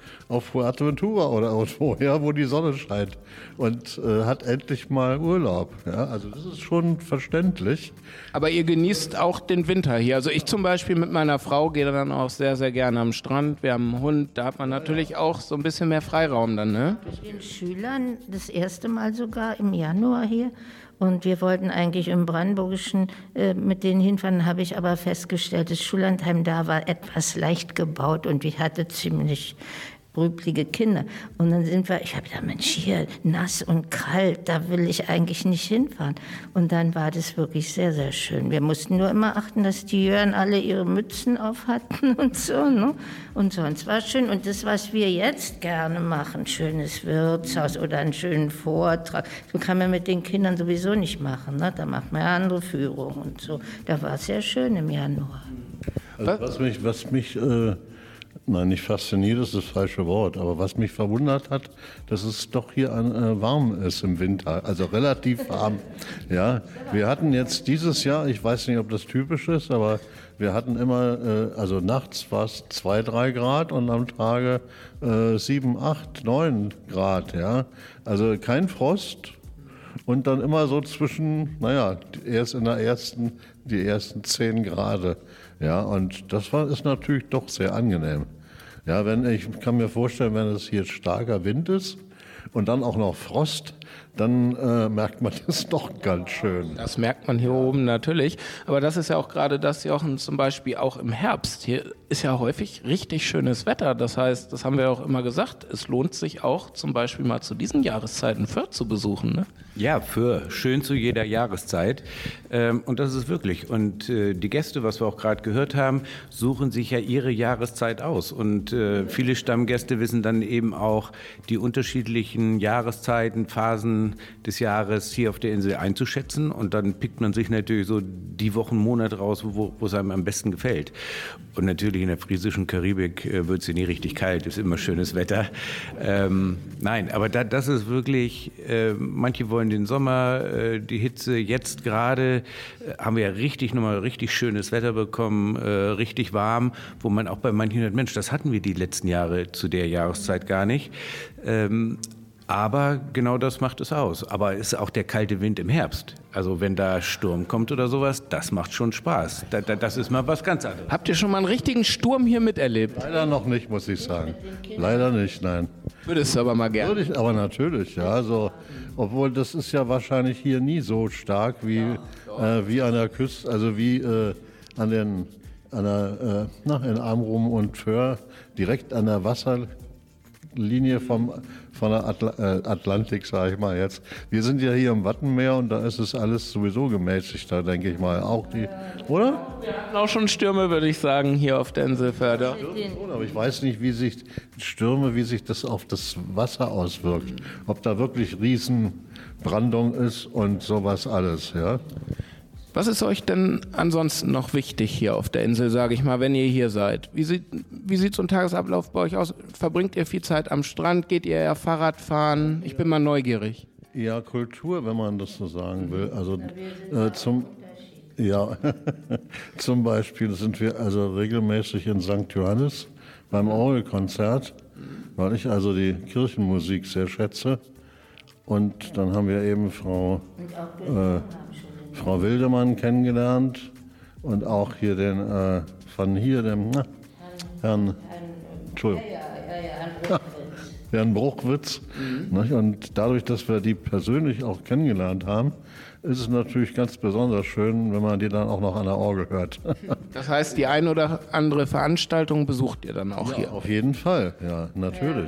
Speaker 7: auf Fuerteventura oder irgendwo, ja, wo die Sonne scheint und hat endlich mal Urlaub. Ja, also das ist schon verständlich.
Speaker 2: Aber ihr genießt auch den Winter hier. Also ich zum Beispiel mit meiner Frau gehe dann auch sehr, sehr gerne am Strand. Wir haben einen Hund, da hat man natürlich auch so ein bisschen mehr Freiraum dann, ne?
Speaker 8: Ich bin Schülern das erste Mal sogar im Januar hier. Und wir wollten eigentlich im Brandenburgischen mit denen hinfahren, habe ich aber festgestellt, das Schullandheim da war etwas leicht gebaut und ich hatte ziemlich rüblige Kinder. Und dann ich habe gedacht, Mensch, hier nass und kalt, da will ich eigentlich nicht hinfahren. Und dann war das wirklich sehr, sehr schön. Wir mussten nur immer achten, dass die Jören alle ihre Mützen auf hatten und so, ne? Und sonst war es schön. Und das, was wir jetzt gerne machen, schönes Wirtshaus oder einen schönen Vortrag, so kann man mit den Kindern sowieso nicht machen, ne? Da macht man ja andere Führungen und so. Da war es sehr schön im Januar.
Speaker 7: Also was mich nein, nicht fasziniert ist das falsche Wort, aber was mich verwundert hat, dass es doch hier warm ist im Winter, also relativ warm. Ja, wir hatten jetzt dieses Jahr, ich weiß nicht, ob das typisch ist, aber wir hatten immer, also nachts war es 2, 3 Grad und am Tage 7, 8, 9 Grad. Ja, also kein Frost. Und dann immer so zwischen, erst die ersten 10 Grad. Ja, und das ist natürlich doch sehr angenehm. Ja, ich kann mir vorstellen, wenn es hier starker Wind ist und dann auch noch Frost, dann merkt man das doch ganz schön.
Speaker 2: Das merkt man hier oben natürlich. Aber das ist ja auch gerade das, Jochen, zum Beispiel auch im Herbst. Hier ist ja häufig richtig schönes Wetter. Das heißt, das haben wir auch immer gesagt, es lohnt sich auch zum Beispiel mal zu diesen Jahreszeiten Fürth zu besuchen, ne?
Speaker 3: Ja, schön zu jeder Jahreszeit. Und das ist wirklich. Und die Gäste, was wir auch gerade gehört haben, suchen sich ja ihre Jahreszeit aus. Und viele Stammgäste wissen dann eben auch die unterschiedlichen Jahreszeiten, Phasen des Jahres hier auf der Insel einzuschätzen. Und dann pickt man sich natürlich so die Wochen, Monate raus, wo es einem am besten gefällt. Und natürlich in der friesischen Karibik wird es hier nie richtig kalt, ist immer schönes Wetter. Nein, aber das ist wirklich, manche wollen den Sommer, die Hitze. Jetzt gerade haben wir ja nochmal richtig schönes Wetter bekommen, richtig warm, wo man auch bei manchen hört, Mensch, das hatten wir die letzten Jahre zu der Jahreszeit gar nicht. Aber genau das macht es aus. Aber es ist auch der kalte Wind im Herbst. Also wenn da Sturm kommt oder sowas, das macht schon Spaß. Das ist mal was ganz anderes.
Speaker 2: Habt ihr schon mal einen richtigen Sturm hier miterlebt?
Speaker 7: Leider noch nicht, muss ich sagen. Leider nicht, nein.
Speaker 2: Würdest du aber mal gerne.
Speaker 7: Würde ich, aber natürlich, ja. Also, obwohl das ist ja wahrscheinlich hier nie so stark wie an der Küste, also wie in Amrum und Föhr, direkt an der Wasserlinie von der Atlantik, sage ich mal jetzt. Wir sind ja hier im Wattenmeer und da ist es alles sowieso gemäßigt, da denke ich mal. Auch die, oder?
Speaker 2: Wir hatten auch schon Stürme, würde ich sagen, hier auf der Insel Förde.
Speaker 7: Aber ich weiß nicht, wie sich das auf das Wasser auswirkt. Ob da wirklich Riesenbrandung ist und sowas alles, ja.
Speaker 2: Was ist euch denn ansonsten noch wichtig hier auf der Insel, sage ich mal, wenn ihr hier seid? Wie sieht so ein Tagesablauf bei euch aus? Verbringt ihr viel Zeit am Strand? Geht ihr eher Fahrrad fahren? Ich bin mal neugierig.
Speaker 7: Ja, Kultur, wenn man das so sagen will. Also zum Beispiel sind wir also regelmäßig in St. Johannes beim Orgelkonzert, weil ich also die Kirchenmusik sehr schätze. Und dann haben wir eben Frau Wildemann kennengelernt und auch hier Herrn Bruchwitz. Und dadurch, dass wir die persönlich auch kennengelernt haben, ist es natürlich ganz besonders schön, wenn man die dann auch noch an der Orgel hört.
Speaker 2: Das heißt, die eine oder andere Veranstaltung besucht ihr dann auch hier?
Speaker 7: Auf jeden Fall, ja, natürlich.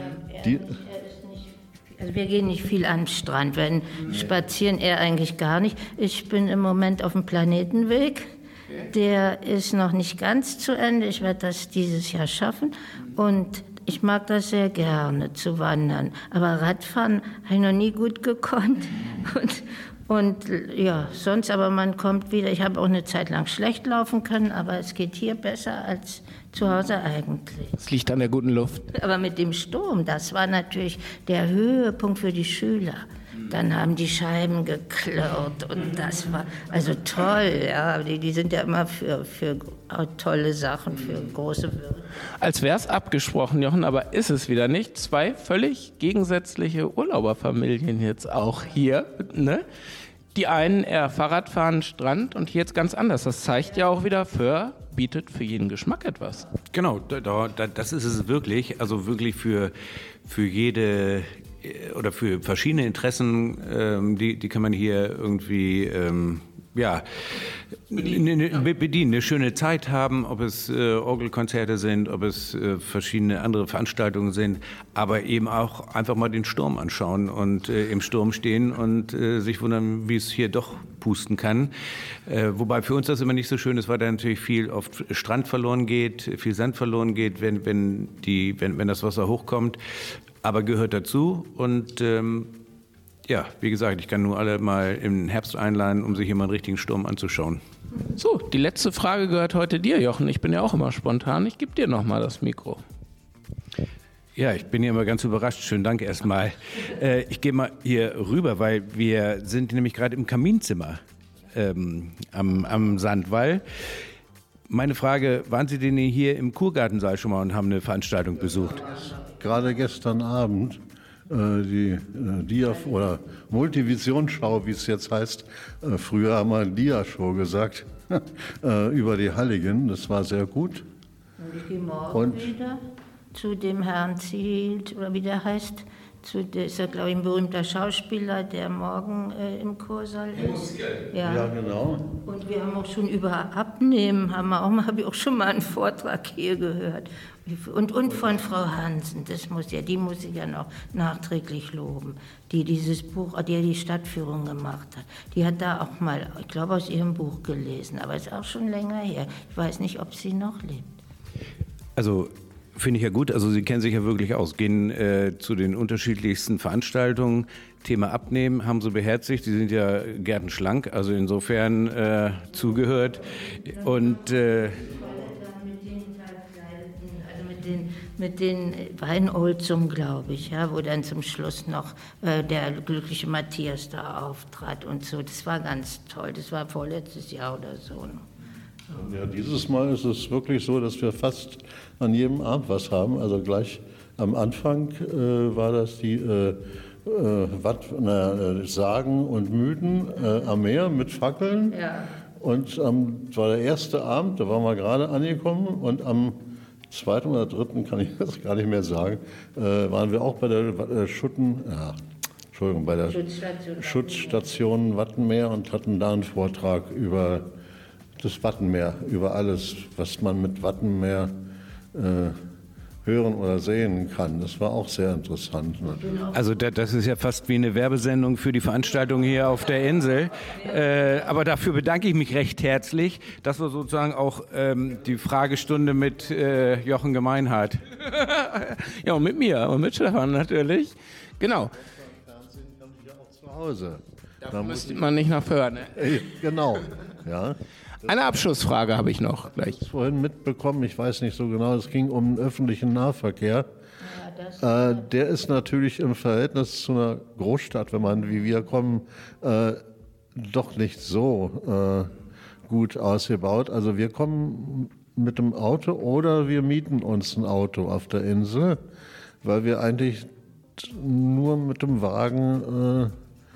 Speaker 8: Also wir gehen nicht viel an den Strand, wenn spazieren er eigentlich gar nicht. Ich bin im Moment auf dem Planetenweg. Der ist noch nicht ganz zu Ende. Ich werde das dieses Jahr schaffen. Und ich mag das sehr gerne, zu wandern. Aber Radfahren habe ich noch nie gut gekonnt. Und ja, sonst aber man kommt wieder. Ich habe auch eine Zeit lang schlecht laufen können, aber es geht hier besser als zu Hause eigentlich.
Speaker 2: Es liegt an der guten Luft.
Speaker 8: Aber mit dem Sturm, das war natürlich der Höhepunkt für die Schüler. dann haben die Scheiben geklirrt und das war also toll. Ja, die sind ja immer für tolle Sachen, für große Würde.
Speaker 2: Als wäre es abgesprochen, Jochen, aber ist es wieder nicht. 2 völlig gegensätzliche Urlauberfamilien jetzt auch hier, ne? Die einen eher Fahrradfahren, Strand und hier jetzt ganz anders. Das zeigt ja auch wieder, Föhr bietet für jeden Geschmack etwas.
Speaker 3: Genau, das ist es wirklich. Also wirklich für jede oder für verschiedene Interessen, die kann man hier irgendwie bedienen, eine schöne Zeit haben, ob es Orgelkonzerte sind, ob es verschiedene andere Veranstaltungen sind, aber eben auch einfach mal den Sturm anschauen und im Sturm stehen und sich wundern, wie es hier doch pusten kann. Wobei für uns das immer nicht so schön ist, weil da natürlich viel oft Strand verloren geht, viel Sand verloren geht, wenn das Wasser hochkommt. Aber gehört dazu und wie gesagt, ich kann nur alle mal im Herbst einladen, um sich hier mal einen richtigen Sturm anzuschauen.
Speaker 2: So, die letzte Frage gehört heute dir, Jochen. Ich bin ja auch immer spontan. Ich gebe dir nochmal das Mikro.
Speaker 3: Ja, ich bin hier immer ganz überrascht. Schönen Dank erstmal. Ich gehe mal hier rüber, weil wir sind nämlich gerade im Kaminzimmer am Sandwall. Meine Frage, waren Sie denn hier im Kurgartensaal schon mal und haben eine Veranstaltung besucht?
Speaker 7: Gerade gestern Abend die Dia- oder Multivisionsschau, wie es jetzt heißt. Früher haben wir Dia-Show gesagt, über die Halligen. Das war sehr gut.
Speaker 8: Und ich gehe morgen wieder zu dem Herrn Zielt, oder wie der heißt. Der ist ja, glaube ich, ein berühmter Schauspieler, der morgen im Kursaal ist.
Speaker 7: Ja, genau.
Speaker 8: Und wir haben auch schon über Abnehmen, habe ich auch schon mal einen Vortrag hier gehört. Und von Frau Hansen, die muss ich ja noch nachträglich loben, die dieses Buch, die Stadtführung gemacht hat. Die hat da auch mal, ich glaube, aus ihrem Buch gelesen, aber ist auch schon länger her. Ich weiß nicht, ob sie noch lebt.
Speaker 3: Also finde ich ja gut, also Sie kennen sich ja wirklich aus, gehen zu den unterschiedlichsten Veranstaltungen, Thema Abnehmen haben Sie beherzigt, die sind ja gärtenschlank, also insofern zugehört und
Speaker 8: mit den Weinolzum, glaube ich, ja, wo dann zum Schluss noch der glückliche Matthias da auftrat und so. Das war ganz toll. Das war vorletztes Jahr oder so.
Speaker 7: Ja, dieses Mal ist es wirklich so, dass wir fast an jedem Abend was haben. Also gleich am Anfang war das die Sagen und Mythen am Meer mit Fackeln. Ja. Und das war der erste Abend, da waren wir gerade angekommen und am 2. oder 3., kann ich das gar nicht mehr sagen, waren wir auch bei der Schutzstation Wattenmeer und hatten da einen Vortrag über das Wattenmeer, über alles, was man mit Wattenmeer hören oder sehen kann. Das war auch sehr interessant. Ne?
Speaker 3: Also das ist ja fast wie eine Werbesendung für die Veranstaltung hier auf der Insel. Aber dafür bedanke ich mich recht herzlich. Das war sozusagen auch die Fragestunde mit Jochen Gemeinhardt.
Speaker 2: Ja, und mit mir und mit Stefan natürlich. Genau.
Speaker 7: Fernsehen kann ich ja auch zu Hause.
Speaker 2: Da müsste man nicht nach Föhr, ne?
Speaker 7: Genau, ja.
Speaker 2: Eine Abschlussfrage habe ich noch gleich.
Speaker 7: Ich habe es vorhin mitbekommen, ich weiß nicht so genau, es ging um den öffentlichen Nahverkehr. Ja, der ist natürlich im Verhältnis zu einer Großstadt, wenn man wie wir kommen, doch nicht so gut ausgebaut. Also wir kommen mit dem Auto oder wir mieten uns ein Auto auf der Insel, weil wir eigentlich nur mit dem Wagen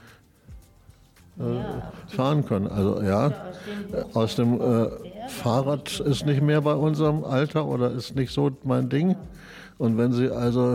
Speaker 7: fahren können. Also ja, aus dem Fahrrad ist nicht mehr bei unserem Alter oder ist nicht so mein Ding. Und wenn Sie also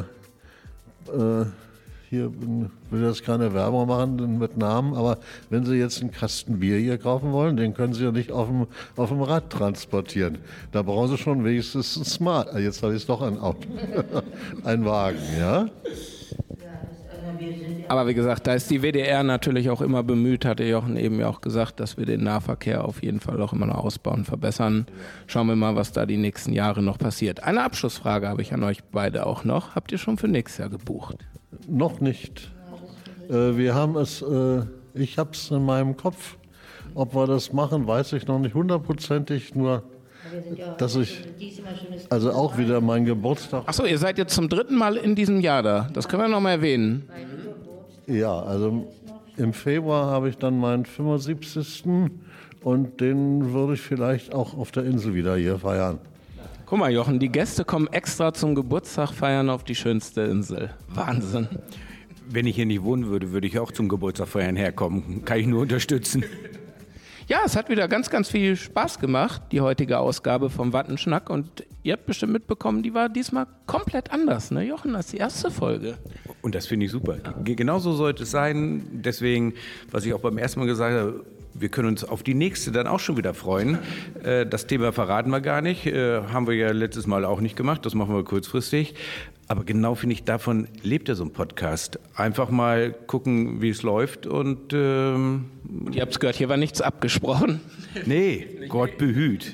Speaker 7: hier will jetzt keine Werbung machen mit Namen, aber wenn Sie jetzt einen Kasten Bier hier kaufen wollen, den können Sie ja nicht auf dem Rad transportieren. Da brauchen Sie schon wenigstens ein Smart. Jetzt habe ich es doch ein Auto, ein Wagen, ja.
Speaker 2: Aber wie gesagt, da ist die WDR natürlich auch immer bemüht, hatte Jochen eben ja auch gesagt, dass wir den Nahverkehr auf jeden Fall auch immer noch ausbauen, verbessern. Schauen wir mal, was da die nächsten Jahre noch passiert. Eine Abschlussfrage habe ich an euch beide auch noch. Habt ihr schon für nächstes Jahr gebucht?
Speaker 7: Noch nicht. Wir haben es, ich habe es in meinem Kopf. Ob wir das machen, weiß ich noch nicht hundertprozentig, nur dass ich, also auch wieder mein Geburtstag.
Speaker 2: Achso, ihr seid jetzt zum 3. Mal in diesem Jahr da. Das können wir noch mal erwähnen.
Speaker 7: Ja, also Im Februar habe ich dann meinen 75. und den würde ich vielleicht auch auf der Insel wieder hier feiern.
Speaker 2: Guck mal, Jochen, die Gäste kommen extra zum Geburtstag feiern auf die schönste Insel. Wahnsinn.
Speaker 3: Wenn ich hier nicht wohnen würde, würde ich auch zum Geburtstag feiern herkommen. Kann ich nur unterstützen.
Speaker 2: Ja, es hat wieder ganz, ganz viel Spaß gemacht, die heutige Ausgabe vom Wattenschnack. Und ihr habt bestimmt mitbekommen, die war diesmal komplett anders, ne, Jochen, als die erste Folge.
Speaker 3: Und das finde ich super. Genauso sollte es sein. Deswegen, was ich auch beim ersten Mal gesagt habe, wir können uns auf die nächste dann auch schon wieder freuen. Das Thema verraten wir gar nicht. Haben wir ja letztes Mal auch nicht gemacht. Das machen wir kurzfristig. Aber genau, finde ich, davon lebt ja so ein Podcast. Einfach mal gucken, wie es läuft und...
Speaker 2: Ihr habt es gehört, hier war nichts abgesprochen.
Speaker 3: Nee, Gott behüt.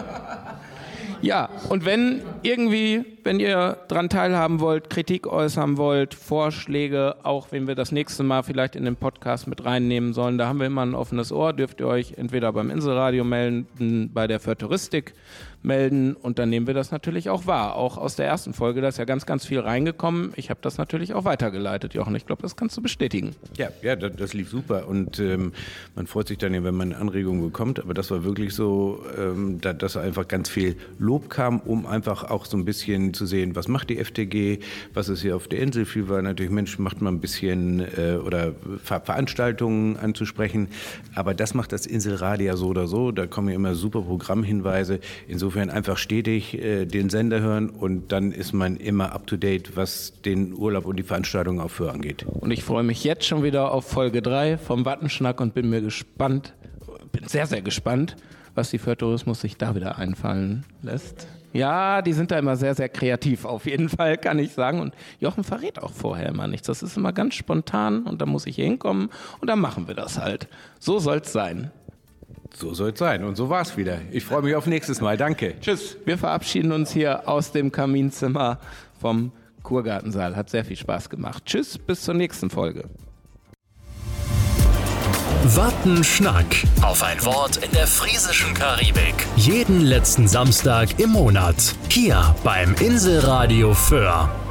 Speaker 2: Ja, und wenn ihr daran teilhaben wollt, Kritik äußern wollt, Vorschläge, auch wenn wir das nächste Mal vielleicht in den Podcast mit reinnehmen sollen, da haben wir immer ein offenes Ohr, dürft ihr euch entweder beim Inselradio melden, bei der Futuristik melden und dann nehmen wir das natürlich auch wahr. Auch aus der ersten Folge, da ist ja ganz, ganz viel reingekommen. Ich habe das natürlich auch weitergeleitet, Jochen. Ich glaube, das kannst du bestätigen.
Speaker 3: Ja, das lief super und man freut sich dann ja, wenn man Anregungen bekommt, aber das war wirklich so, dass einfach ganz viel Lob kam, um einfach auch so ein bisschen zu sehen, was macht die FTG, was ist hier auf der Insel. Viel war natürlich, Mensch, macht man ein bisschen oder Veranstaltungen anzusprechen, aber das macht das Inselradio ja so oder so, da kommen ja immer super Programmhinweise, insofern einfach stetig den Sender hören und dann ist man immer up to date, was den Urlaub und die Veranstaltungen auf Föhr angeht.
Speaker 2: Und ich freue mich jetzt schon wieder auf Folge 3 vom Wattenschnack und bin sehr, sehr gespannt, was die Föhr-Tourismus sich da wieder einfallen lässt. Ja, die sind da immer sehr, sehr kreativ, auf jeden Fall, kann ich sagen. Und Jochen verrät auch vorher immer nichts. Das ist immer ganz spontan und da muss ich hier hinkommen und dann machen wir das halt. So soll's sein.
Speaker 3: So soll es sein. Und so war es wieder. Ich freue mich auf nächstes Mal. Danke.
Speaker 2: Tschüss. Wir verabschieden uns hier aus dem Kaminzimmer vom Kurgartensaal. Hat sehr viel Spaß gemacht. Tschüss, bis zur nächsten Folge.
Speaker 1: Wattenschnack. Auf ein Wort in der friesischen Karibik. Jeden letzten Samstag im Monat. Hier beim Inselradio Föhr.